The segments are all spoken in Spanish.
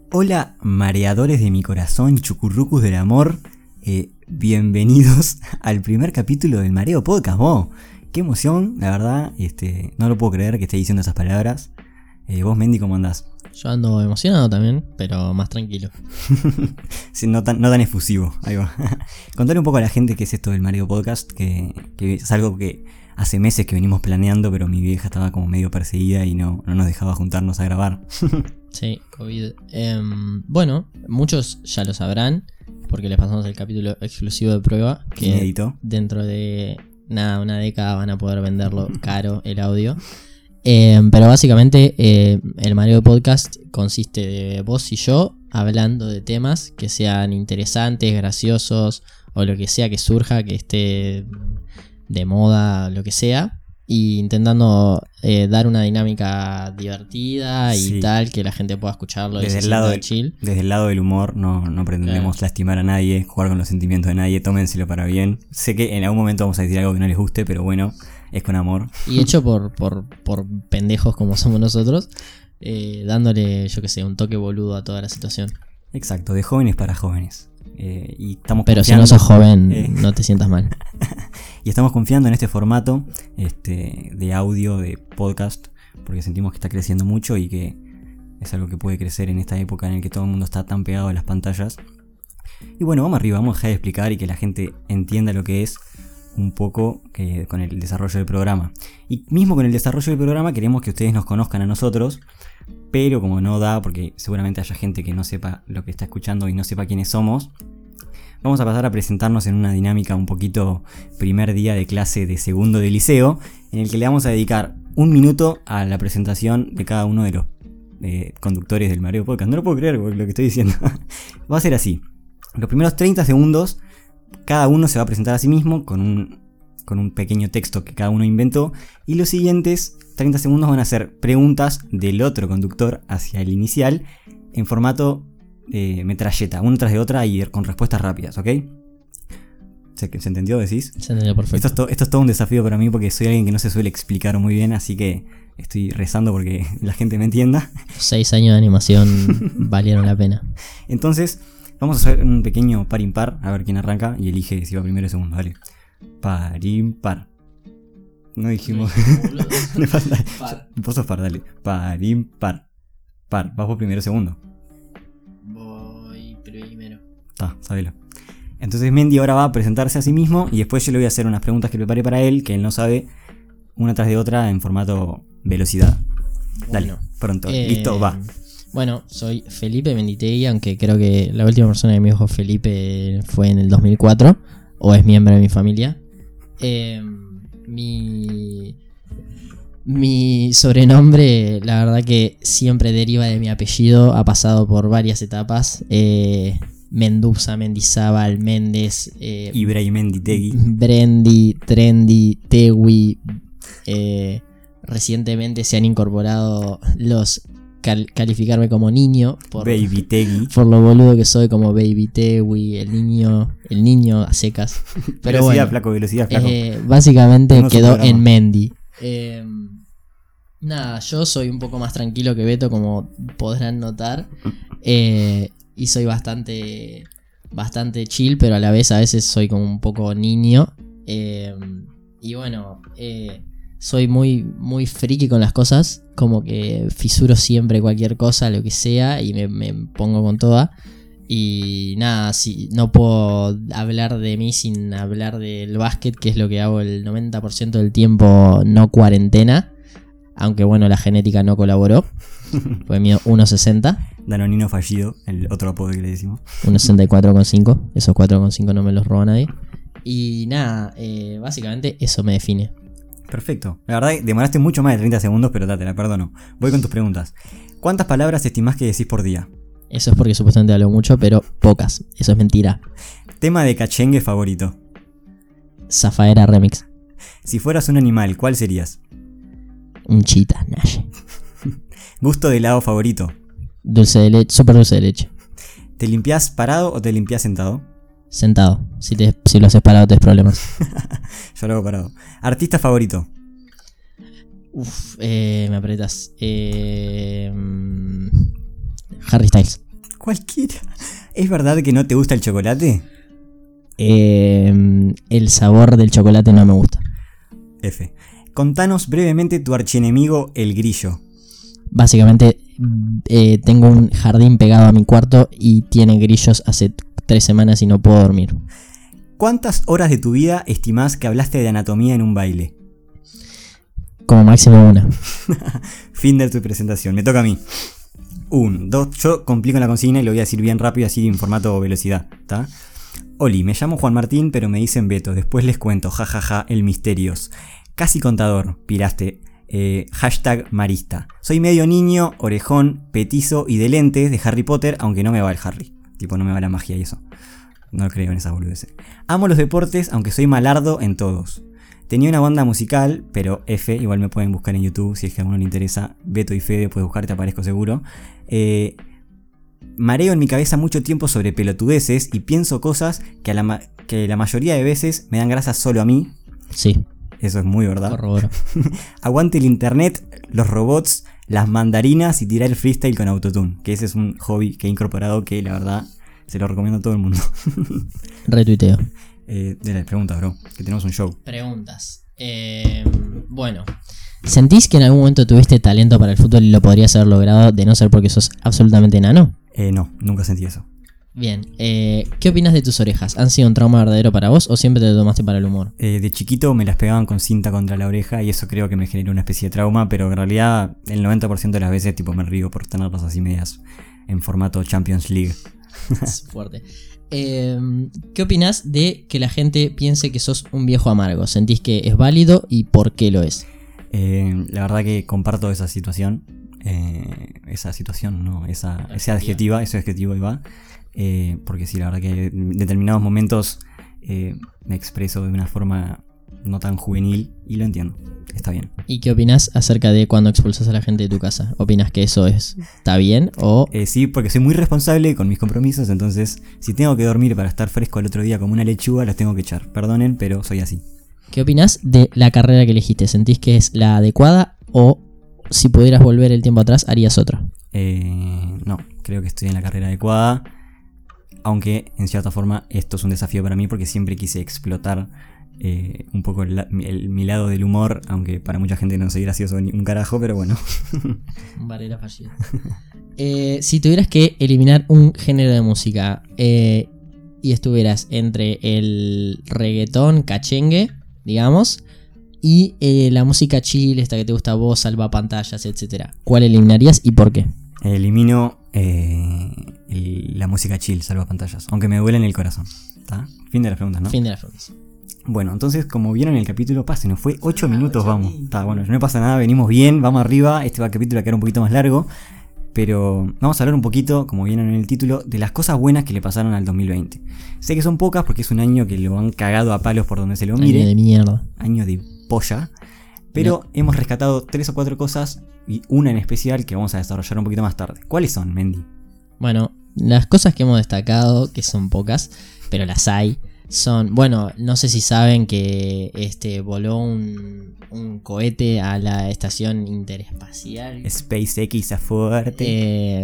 Hola, mareadores de mi corazón, chucurrucus del amor. Bienvenidos al primer capítulo del Mareo Podcast. Qué emoción, la verdad. No lo puedo creer que esté diciendo esas palabras. Vos, Mendy, ¿cómo andás? Yo ando emocionado también, pero más tranquilo. Sí, no tan efusivo, ahí va. Contale un poco a la gente qué es esto del Mareo Podcast, que es algo que hace meses que venimos planeando, pero mi vieja estaba como medio perseguida y no nos dejaba juntarnos a grabar. Sí, COVID. Bueno, muchos ya lo sabrán, porque les pasamos el capítulo exclusivo de prueba, que inédito. Dentro de una década van a poder venderlo caro el audio. Pero básicamente el Mareo Podcast consiste de vos y yo hablando de temas que sean interesantes, graciosos o lo que sea que surja, que esté de moda, lo que sea, y intentando dar una dinámica divertida y Sí. Tal, que la gente pueda escucharlo Desde y se el lado sienta chill. Desde el lado del humor no pretendemos lastimar a nadie, jugar con los sentimientos de nadie, tómenselo para bien. Sé que en algún momento vamos a decir algo que no les guste, pero bueno, es con amor. Y hecho por pendejos como somos nosotros, dándole, yo que sé, un toque boludo a toda la situación. Exacto, de jóvenes para jóvenes. Y estamos Pero si confiando, no sos joven, no te sientas mal. Y estamos confiando en este formato de audio, de podcast, porque sentimos que está creciendo mucho y que es algo que puede crecer en esta época en la que todo el mundo está tan pegado a las pantallas. Y bueno, vamos arriba, vamos a dejar de explicar y que la gente entienda lo que es un poco con el desarrollo del programa. Y mismo con el desarrollo del programa queremos que ustedes nos conozcan a nosotros, pero como no da, porque seguramente haya gente que no sepa lo que está escuchando y no sepa quiénes somos, vamos a pasar a presentarnos en una dinámica un poquito primer día de clase de segundo de liceo, en el que le vamos a dedicar un minuto a la presentación de cada uno de los conductores del Mareo Podcast. No lo puedo creer lo que estoy diciendo. Va a ser así. Los primeros 30 segundos, cada uno se va a presentar a sí mismo con un pequeño texto que cada uno inventó, y los siguientes 30 segundos van a ser preguntas del otro conductor hacia el inicial en formato metralleta, una tras de otra y con respuestas rápidas, ¿ok? ¿Se entendió, decís? Se entendió perfecto. Esto es todo un desafío para mí porque soy alguien que no se suele explicar muy bien, así que estoy rezando porque la gente me entienda. 6 años de animación valieron la pena. Entonces, vamos a hacer un pequeño par impar, a ver quién arranca y elige si va primero o segundo, ¿vale? Par impar. No dijimos. Vos sos par, dale. Par impar. Par, vas vos primero o segundo. Voy primero. Está, sabelo. Entonces Mendy ahora va a presentarse a sí mismo y después yo le voy a hacer unas preguntas que preparé para él, que él no sabe, una tras de otra en formato velocidad. Dale, pronto, listo, va. Bueno, soy Felipe Menditegui, aunque creo que la última persona que me dijo Felipe fue en el 2004, o es miembro de mi familia. Mi sobrenombre, la verdad que siempre deriva de mi apellido, ha pasado por varias etapas. Menduza, Mendizábal, Méndez, Ibrahim Menditegui, Brendi, Trendy, Tewi. Recientemente se han incorporado los calificarme como niño Baby Tegui, por lo boludo que soy, como Baby Tewi, el niño a secas. Pero velocidad, flaco. Básicamente quedó en Mendy. Nada, yo soy un poco más tranquilo que Beto, como podrán notar. Y soy bastante chill, pero a la vez a veces soy como un poco niño. Y bueno, soy muy, muy friki con las cosas. Como que fisuro siempre cualquier cosa, lo que sea, y me pongo con toda. Y nada, no puedo hablar de mí sin hablar del básquet, que es lo que hago el 90% del tiempo, no cuarentena. Aunque bueno, la genética no colaboró. Pues mido 1.60. Danonino fallido, el otro apodo que le decimos. 1.64,5. Esos 4,5 no me los roba nadie. Y nada, básicamente eso me define. Perfecto. La verdad demoraste mucho más de 30 segundos, pero te la perdono. Voy con tus preguntas. ¿Cuántas palabras estimás que decís por día? Eso es porque supuestamente hablo mucho, pero pocas. Eso es mentira. Tema de cachengue favorito. Zafaera Remix. Si fueras un animal, ¿cuál serías? Un chita, Nash. Gusto de helado favorito. Dulce de leche, súper dulce de leche. ¿Te limpias parado o te limpias sentado? Sentado. Si lo haces parado te des problemas. Yo lo hago parado. ¿Artista favorito? Me apretas. Harry Styles. Cualquiera. ¿Es verdad que no te gusta el chocolate? El sabor del chocolate no me gusta. F. Contanos brevemente tu archienemigo, el grillo. Básicamente, tengo un jardín pegado a mi cuarto y tiene grillos hace 3 semanas y no puedo dormir. ¿Cuántas horas de tu vida estimás que hablaste de anatomía en un baile? Como máximo 1. Fin de tu presentación. Me toca a mí. 1, 2, yo complico la consigna y lo voy a decir bien rápido, así en formato velocidad, ¿está? Oli, me llamo Juan Martín, pero me dicen Beto. Después les cuento, jajaja, el misterios. Casi contador, piraste. Hashtag marista. Soy medio niño, orejón, petizo y de lentes de Harry Potter, aunque no me va el Harry. Tipo, no me va la magia y eso. No creo en esas boludeces. Amo los deportes, aunque soy malardo en todos. Tenía una banda musical, pero F, igual me pueden buscar en YouTube si es que a alguno le interesa. Beto y Fede, puedes buscar, te aparezco seguro. Mareo en mi cabeza mucho tiempo sobre pelotudeces y pienso cosas que la mayoría de veces me dan grasa solo a mí. Sí. Eso es muy verdad. Corroboro. Aguante el internet, los robots, las mandarinas y tirar el freestyle con autotune. Que ese es un hobby que he incorporado que la verdad se lo recomiendo a todo el mundo. Retuiteo. De las preguntas, bro, que tenemos un show. Preguntas. Bueno. ¿Sentís que en algún momento tuviste talento para el fútbol y lo podrías haber logrado de no ser porque sos absolutamente enano? No, nunca sentí eso. Bien. ¿Qué opinas de tus orejas? ¿Han sido un trauma verdadero para vos o siempre te lo tomaste para el humor? De chiquito me las pegaban con cinta contra la oreja y eso creo que me generó una especie de trauma, pero en realidad el 90% de las veces tipo me río por tenerlas así medias en formato Champions League. Es fuerte. ¿Qué opinas de que la gente piense que sos un viejo amargo? ¿Sentís que es válido y por qué lo es? La verdad que comparto esa situación. Ese adjetivo ahí va. Porque sí, la verdad que en determinados momentos me expreso de una forma no tan juvenil y lo entiendo. Está bien. ¿Y qué opinas acerca de cuando expulsas a la gente de tu casa? ¿Opinas que eso está bien o...? Sí, porque soy muy responsable con mis compromisos, entonces si tengo que dormir para estar fresco al otro día como una lechuga, los tengo que echar. Perdonen, pero soy así. ¿Qué opinas de la carrera que elegiste? ¿Sentís que es la adecuada o si pudieras volver el tiempo atrás harías otra? No, creo que estoy en la carrera adecuada, aunque en cierta forma esto es un desafío para mí porque siempre quise explotar un poco mi lado del humor, aunque para mucha gente no soy gracioso ni un carajo, pero bueno. Varela fallida. Si tuvieras que eliminar un género de música y estuvieras entre el reggaetón, cachengue, digamos, y la música chill, esta que te gusta a vos, salvapantallas, etc., ¿cuál eliminarías y por qué? Elimino la música chill, salvapantallas, aunque me duele en el corazón. ¿Está? Fin de las preguntas, ¿no? Fin de las preguntas. Bueno, entonces como vieron el capítulo, nos fue 8 minutos, vamos. Está bueno, no pasa nada, venimos bien, vamos arriba. Este capítulo va a quedar un poquito más largo, pero vamos a hablar un poquito, como vieron en el título, de las cosas buenas que le pasaron al 2020. Sé que son pocas porque es un año que lo han cagado a palos por donde se lo mire. Año de mierda. Año de polla. Pero hemos rescatado 3 o 4 cosas y una en especial que vamos a desarrollar un poquito más tarde. ¿Cuáles son, Mendy? Bueno, las cosas que hemos destacado, que son pocas, pero las hay, son, bueno, no sé si saben que voló un cohete a la estación interespacial. SpaceX a fuerte.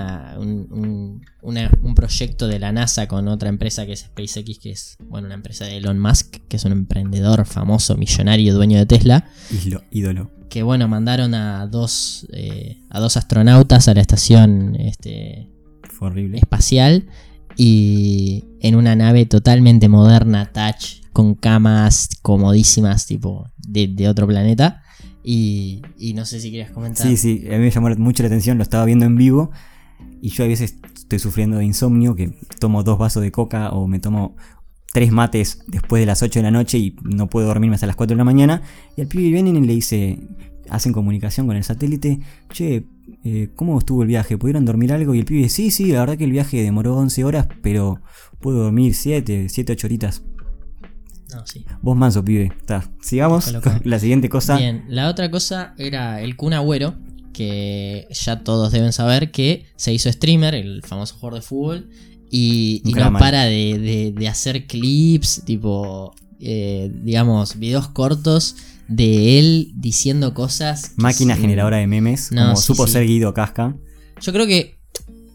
Un proyecto de la NASA con otra empresa que es SpaceX, que es, bueno, una empresa de Elon Musk, que es un emprendedor famoso, millonario, dueño de Tesla. Ídolo. Que bueno, mandaron a dos astronautas a la estación fue horrible. Espacial. Y en una nave totalmente moderna, touch, con camas comodísimas, tipo de otro planeta. Y no sé si querías comentar. Sí, a mí me llamó mucho la atención, lo estaba viendo en vivo. Y yo a veces estoy sufriendo de insomnio, que tomo 2 vasos de coca o me tomo 3 mates después de las 8 de la noche y no puedo dormirme hasta las 4 de la mañana. Y al pibe vienen y le dice, hacen comunicación con el satélite, che, ¿cómo estuvo el viaje? ¿Pudieron dormir algo? Y el pibe, sí, la verdad que el viaje demoró 11 horas, pero puedo dormir 7, 8 horitas. No, sí. Vos manso, pibe. Está. Sigamos con la siguiente cosa. Bien, la otra cosa era el Kun Agüero, que ya todos deben saber que se hizo streamer, el famoso jugador de fútbol, y no para de hacer clips, tipo, digamos, videos cortos de él diciendo cosas. Máquina generadora de memes, como supo ser Guido Casca. Yo creo que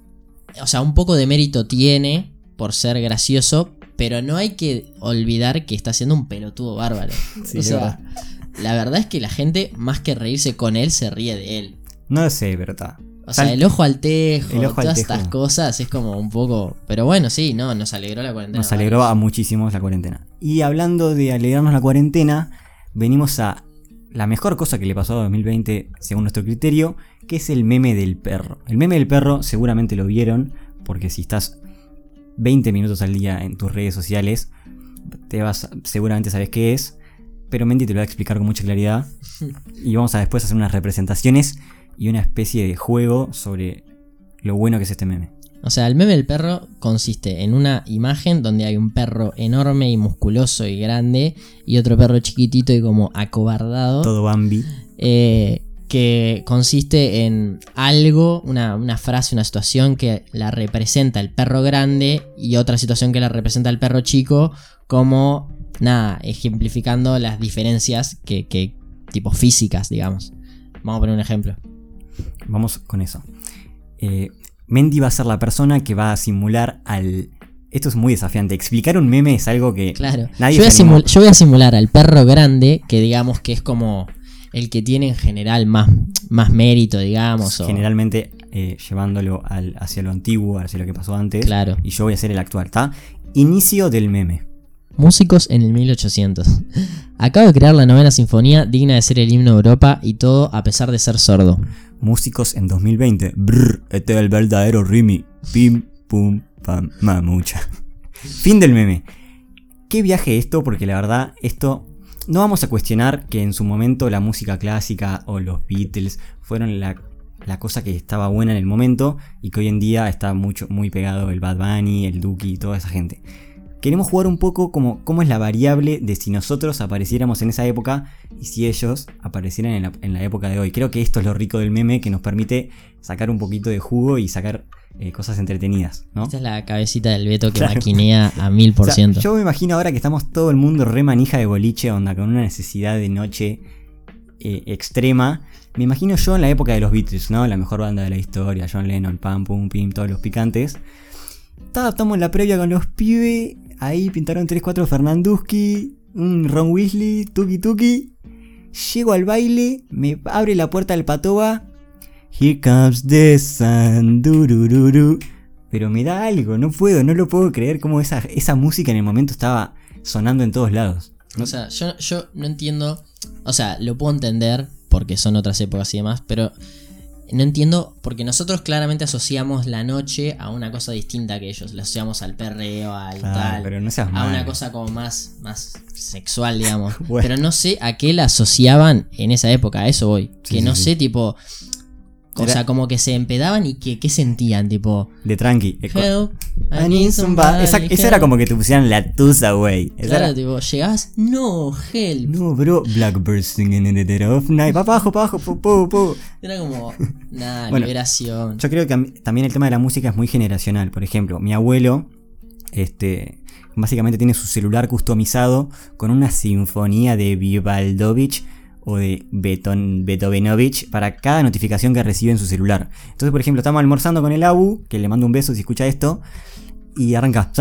o sea, un poco de mérito tiene por ser gracioso, pero no hay que olvidar que está siendo un pelotudo bárbaro. Sí, o sea, verdad. la verdad es que la gente, más que reírse con él, se ríe de él. No sé, pero está. O sea, el ojo al tejo, El ojo al todas tejo. estas cosas es como un poco... Pero bueno, sí, no, nos alegró la cuarentena. Nos alegró a muchísimos la cuarentena. Y hablando de alegrarnos la cuarentena, venimos a la mejor cosa que le pasó a 2020 según nuestro criterio, que es el meme del perro. El meme del perro seguramente lo vieron, porque si estás 20 minutos al día en tus redes sociales, seguramente sabes qué es, pero Mendy te lo va a explicar con mucha claridad. Y vamos a después hacer unas representaciones y una especie de juego sobre lo bueno que es este meme. O sea, el meme del perro consiste en una imagen donde hay un perro enorme y musculoso y grande y otro perro chiquitito y como acobardado. Todo Bambi. Que consiste en algo, una frase, una situación que la representa el perro grande y otra situación que la representa el perro chico, como, nada, ejemplificando las diferencias que tipo físicas, digamos. Vamos a poner un ejemplo. Vamos con eso. Mendy va a ser la persona que va a simular al... Esto es muy desafiante. Explicar un meme es algo que Claro. nadie Yo voy a simular al perro grande, que digamos que es como el que tiene en general más mérito, digamos. Generalmente llevándolo hacia lo antiguo, hacia lo que pasó antes. Claro. Y yo voy a ser el actual, ¿está? Inicio del meme. Músicos en el 1800. Acabo de crear la novena sinfonía, digna de ser el himno de Europa, y todo a pesar de ser sordo. Músicos en 2020. Brr, este es el verdadero Rimi. Pim, pum, pam, mamucha. Fin del meme. ¿Qué viaje esto? Porque la verdad, esto... No vamos a cuestionar que en su momento la música clásica o los Beatles fueron la cosa que estaba buena en el momento y que hoy en día está muy pegado el Bad Bunny, el Duki y toda esa gente. Queremos jugar un poco como cómo es la variable de si nosotros apareciéramos en esa época y si ellos aparecieran en la época de hoy. Creo que esto es lo rico del meme, que nos permite sacar un poquito de jugo y sacar cosas entretenidas, ¿no? Esta es la cabecita del Beto que Claro. maquinea a 1000%. O sea, yo me imagino ahora que estamos todo el mundo re manija de boliche, onda, con una necesidad de noche extrema. Me imagino yo en la época de los Beatles, ¿no? La mejor banda de la historia, John Lennon, pam, pum, pim, todos los picantes. Estamos en la previa con los pibes. Ahí pintaron 3-4 Fernanduski, un Ron Weasley, tuki tuki. Llego al baile, me abre la puerta del patoba. Here comes the sun, durururu. Pero me da algo, no lo puedo creer cómo esa música en el momento estaba sonando en todos lados. O sea, yo no entiendo. O sea, lo puedo entender porque son otras épocas y demás, pero no entiendo porque nosotros claramente asociamos la noche a una cosa distinta que ellos. La asociamos al perreo, al tal. Pero no seas a mal. una cosa como más sexual, digamos. Bueno. Pero no sé a qué la asociaban en esa época, a eso voy. Sí, que no sí. sé, tipo. O Era- sea, como que se empedaban y ¿qué sentían? Tipo, De tranqui. help, I need somebody. Esa era help. como que te pusieran la tusa, güey. Esa Claro, era- tipo, llegabas, no, help. No, bro. Blackbird singing in the dead of night. Pa' abajo, po. Era como, nada, Bueno, liberación. Yo creo que también el tema de la música es muy generacional. Por ejemplo, mi abuelo, básicamente tiene su celular customizado con una sinfonía de Vivaldovich o de Beethovenovich para cada notificación que recibe en su celular. Entonces, por ejemplo, estamos almorzando con el Abu, que le mando un beso si escucha esto, y arranca.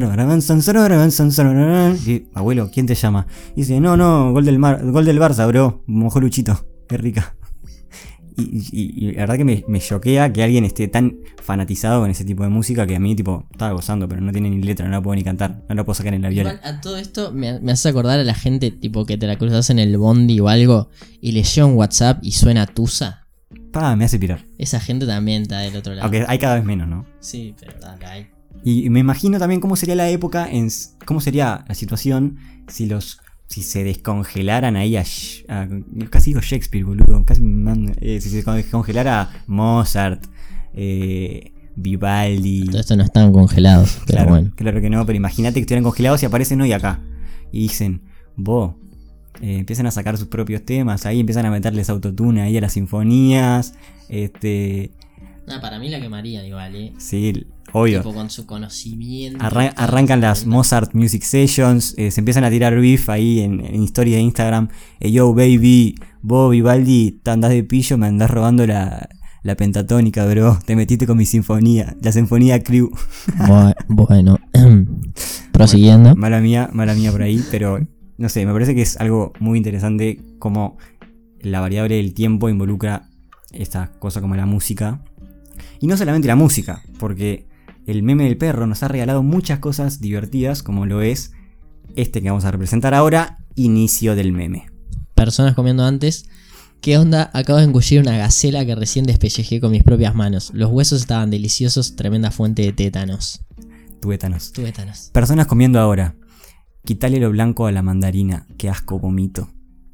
Y, abuelo, ¿quién te llama? Y dice, no, gol del Barça, bro. Mojó Luchito, qué rica. Y la verdad que me choquea que alguien esté tan fanatizado con ese tipo de música que a mí tipo estaba gozando, pero no tiene ni letra, no la puedo ni cantar, no la puedo sacar en la viola. Igual, a todo esto me hace acordar a la gente tipo que te la cruzas en el bondi o algo y le llega un WhatsApp y suena Tusa. Me hace pirar. Esa gente también está del otro lado. Aunque hay cada vez menos, ¿no? Sí, pero dale, hay. Y me imagino también cómo sería la época, cómo sería la situación si se descongelaran ahí casi digo Shakespeare, boludo. Si se descongelara Mozart, Vivaldi. Todo esto no están congelados, pero Claro, bueno. claro que no, pero imagínate que estuvieran congelados y aparecen hoy acá. Y dicen, empiezan a sacar sus propios temas, ahí empiezan a meterles autotune ahí a las sinfonías. Para mí la quemarían igual, Sí, obvio. Tipo con su conocimiento. Arrancan las Mozart Music Sessions, se empiezan a tirar beef ahí en historias de Instagram. Yo, baby, vos, Vivaldi, te andás de pillo, me andás robando La pentatónica, bro. Te metiste con mi sinfonía. La sinfonía Crew. Bueno. Prosiguiendo. Bueno, mala mía por ahí, pero no sé, me parece que es algo muy interesante como la variable del tiempo involucra esta cosa como la música. Y no solamente la música, porque el meme del perro nos ha regalado muchas cosas divertidas, como lo es este que vamos a representar ahora, inicio del meme. Personas comiendo antes. ¿Qué onda? Acabo de engullir una gacela que recién despellejé con mis propias manos. Los huesos estaban deliciosos, tremenda fuente de tétanos. Tuétanos. Tuétanos. Personas comiendo ahora. Quitale lo blanco a la mandarina. Qué asco, vomito.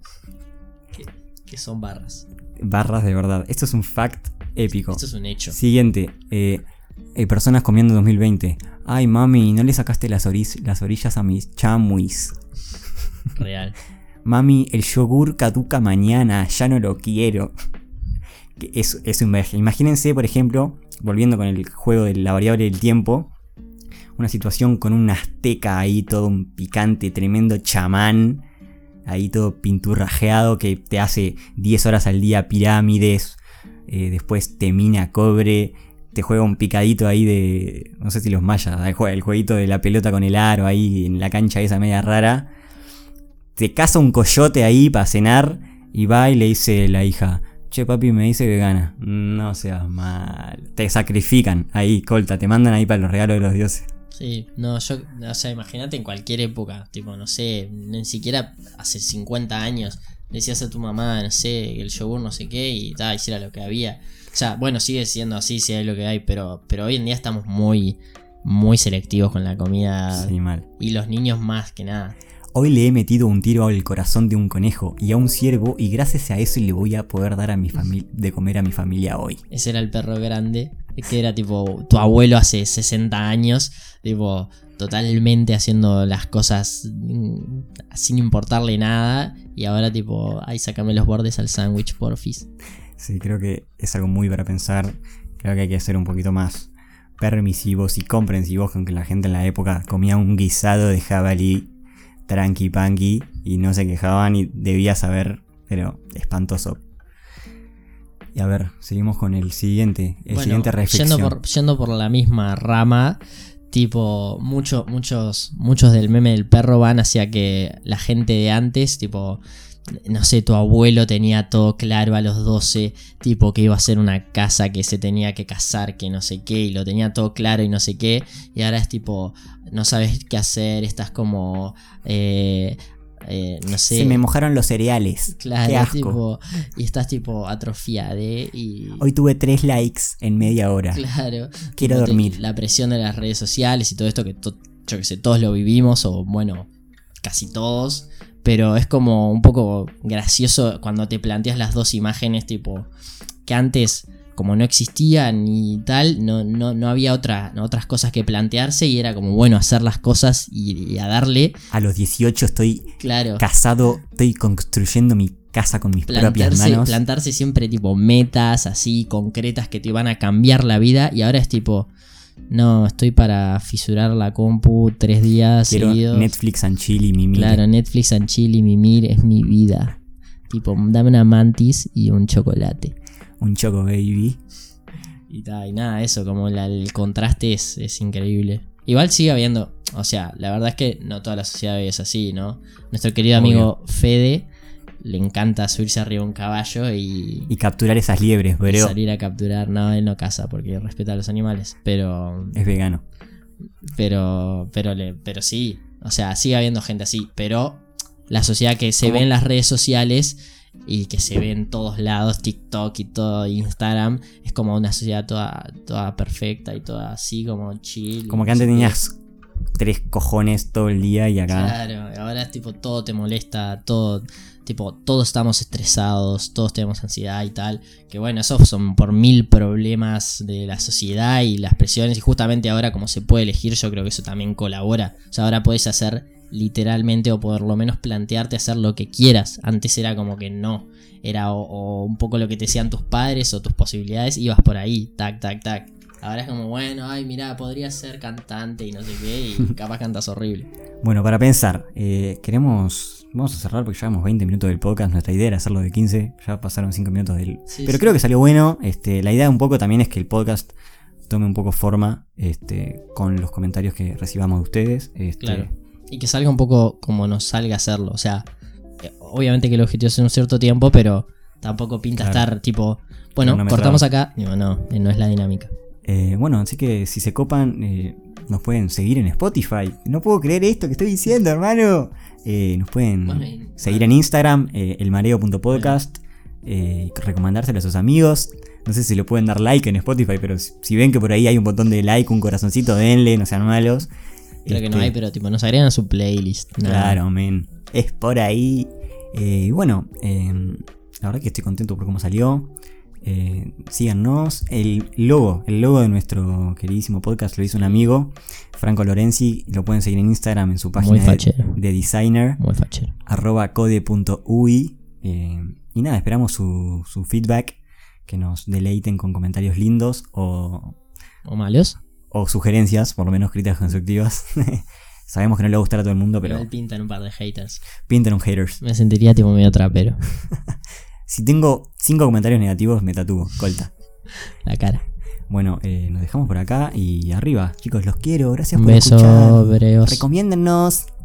Que son barras. Barras de verdad. Esto es un fact épico. Esto es un hecho. Siguiente. Personas comiendo 2020. Ay, mami, ¿no le sacaste las orillas a mis chamuis? Real. Mami, el yogur caduca mañana, ya no lo quiero. Eso imagínense, por ejemplo, volviendo con el juego de la variable del tiempo, una situación con un azteca ahí, todo un picante, tremendo chamán, ahí todo pinturrajeado que te hace 10 horas al día pirámides, después te mina cobre, te juega un picadito ahí de, no sé si los mayas, el jueguito de la pelota con el aro ahí en la cancha esa media rara. Te caza un coyote ahí para cenar y va y le dice la hija, che papi, me dice vegana. No seas mal. Te sacrifican ahí, colta, te mandan ahí para los regalos de los dioses. Sí, no, o sea, imagínate en cualquier época, tipo, no sé, ni siquiera hace 50 años, decías a tu mamá, no sé, el yogur no sé qué y hiciera lo que había. O sea, bueno, sigue siendo así, si hay lo que hay, pero hoy en día estamos muy, muy selectivos con la comida. Sí, mal. Y los niños más que nada. Hoy le he metido un tiro al corazón de un conejo y a un ciervo y gracias a eso le voy a poder dar a mi de comer a mi familia hoy. Ese era el perro grande, que era tipo tu abuelo hace 60 años, tipo totalmente haciendo las cosas sin importarle nada y ahora tipo, ay, sácame los bordes al sándwich, porfis. Sí, creo que es algo muy para pensar, creo que hay que ser un poquito más permisivos y comprensivos con que la gente en la época comía un guisado de jabalí tranqui panqui y no se quejaban y debía saber, pero espantoso. Y a ver, seguimos con el siguiente, siguiente reflexión. Yendo por la misma rama, tipo, muchos del meme del perro van hacia que la gente de antes, tipo, no sé, tu abuelo tenía todo claro a los 12, tipo que iba a ser una casa, que se tenía que casar, que no sé qué, y lo tenía todo claro y no sé qué, y ahora es tipo, no sabes qué hacer, estás como, no sé. Se me mojaron los cereales. Claro, qué asco. Tipo, y estás tipo atrofiado, y hoy tuve 3 likes en media hora. Claro. Quiero dormir. La presión de las redes sociales y todo esto que yo que sé, todos lo vivimos, o bueno, casi todos. Pero es como un poco gracioso cuando te planteas las dos imágenes, tipo, que antes, como no existían y tal, no había otras cosas que plantearse y era como, bueno, hacer las cosas y a darle. A los 18 estoy claro. Casado, estoy construyendo mi casa con mis propias manos. Plantarse siempre tipo metas así concretas que te van a cambiar la vida y ahora es tipo, no, estoy para fisurar la compu 3 días Quiero seguidos. Netflix and chill y mimir. Claro, Netflix and chill y mimir es mi vida. Tipo, dame una mantis y un chocolate. Un choco baby. Y nada, eso, como el contraste es increíble. Igual sigue habiendo, o sea, la verdad es que no toda la sociedad es así, ¿no? Nuestro querido amigo Fede le encanta subirse arriba de un caballo y capturar esas liebres, bro. Y salir a capturar. No, él no caza porque respeta a los animales, pero es vegano. Pero sí, o sea, sigue habiendo gente así, pero la sociedad que se ve en las redes sociales y que se ve en todos lados, TikTok y todo, Instagram, es como una sociedad toda perfecta y toda así como chill. Como que antes tenías 3 cojones todo el día y acá. Claro, ahora es tipo todo te molesta, todo, tipo todos estamos estresados, todos tenemos ansiedad y tal. Que bueno, esos son por 1000 problemas de la sociedad y las presiones. Y justamente ahora como se puede elegir, yo creo que eso también colabora. O sea, ahora podés hacer literalmente o por lo menos plantearte hacer lo que quieras. Antes era como que no. Era o un poco lo que te decían tus padres o tus posibilidades, ibas por ahí, tac, tac, tac. Ahora es como, bueno, ay, mirá, podría ser cantante y no sé qué, y capaz cantas horrible. Bueno, para pensar, vamos a cerrar porque llevamos 20 minutos del podcast. Nuestra idea era hacerlo de 15, ya pasaron 5 minutos del... Sí, pero sí. creo que salió bueno. La idea un poco también es que el podcast tome un poco forma con los comentarios que recibamos de ustedes. Claro. Y que salga un poco como nos salga hacerlo. O sea, obviamente que el objetivo es en un cierto tiempo, pero tampoco pinta estar tipo, bueno, cortamos acá. Digo, no es la dinámica. Bueno, así que si se copan, nos pueden seguir en Spotify. No puedo creer esto que estoy diciendo, hermano. Nos pueden seguir en Instagram, elmareo.podcast. Recomendárselo a sus amigos. No sé si le pueden dar like en Spotify, pero si ven que por ahí hay un botón de like, un corazoncito, denle, no sean malos. Creo que no hay, pero tipo nos agregan a su playlist. Nada. Claro, men. Es por ahí. Y bueno, la verdad que estoy contento por cómo salió. Síganos. El logo de nuestro queridísimo podcast lo hizo un amigo, Franco Lorenzi. Lo pueden seguir en Instagram en su página de designer, muy fachero, @code.ui. Y nada, esperamos su feedback, que nos deleiten con comentarios lindos o malos, o sugerencias, por lo menos críticas constructivas. Sabemos que no le va a gustar a todo el mundo, pero igual pintan un par de haters. Pintan un haters. Me sentiría tipo medio trapero. Si tengo 5 comentarios negativos, me tatúo, colta. La cara. Bueno, nos dejamos por acá y arriba, chicos, los quiero. Gracias un por beso, escuchar. breos. Recomiéndennos.